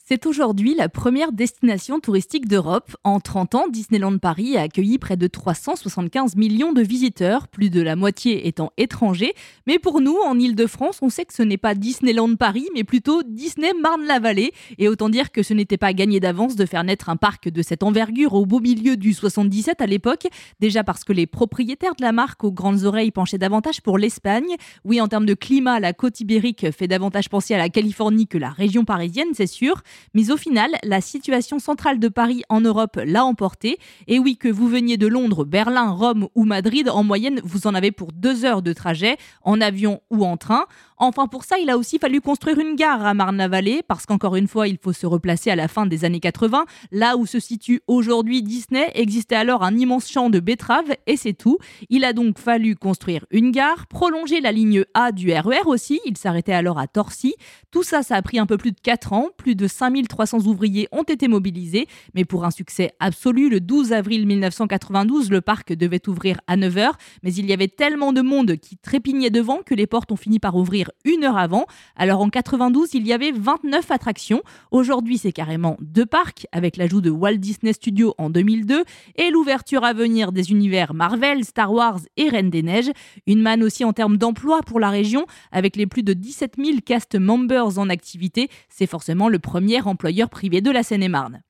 C'est aujourd'hui la première destination touristique d'Europe. En 30 ans, Disneyland Paris a accueilli près de 375 millions de visiteurs, plus de la moitié étant étrangers. Mais pour nous, en Île-de-France, on sait que ce n'est pas Disneyland Paris, mais plutôt Disney Marne-la-Vallée. Et autant dire que ce n'était pas gagné d'avance de faire naître un parc de cette envergure au beau milieu du 77 à l'époque. Déjà parce que les propriétaires de la marque aux grandes oreilles penchaient davantage pour l'Espagne. Oui, en termes de climat, la côte ibérique fait davantage penser à la Californie que la région parisienne, c'est sûr. Mais au final, la situation centrale de Paris en Europe l'a emporté. Et oui, que vous veniez de Londres, Berlin, Rome ou Madrid, en moyenne, vous en avez pour 2 heures de trajet, en avion ou en train. Enfin, pour ça, il a aussi fallu construire une gare à Marne-la-Vallée, parce qu'encore une fois, il faut se replacer à la fin des années 80. Là où se situe aujourd'hui Disney, existait alors un immense champ de betteraves, et c'est tout. Il a donc fallu construire une gare, prolonger la ligne A du RER aussi, il s'arrêtait alors à Torcy. Tout ça, ça a pris un peu plus de 4 ans, plus de 5300 ouvriers ont été mobilisés, mais pour un succès absolu, le 12 avril 1992, le parc devait ouvrir à 9 heures, mais il y avait tellement de monde qui trépignait devant que les portes ont fini par ouvrir 1 heure avant. Alors en 92, il y avait 29 attractions. Aujourd'hui, c'est carrément 2 parcs, avec l'ajout de Walt Disney Studios en 2002 et l'ouverture à venir des univers Marvel, Star Wars et Reine des Neiges. Une manne aussi en termes d'emploi pour la région, avec les plus de 17 000 cast members en activité. C'est forcément le premier employeur privé de la Seine-et-Marne.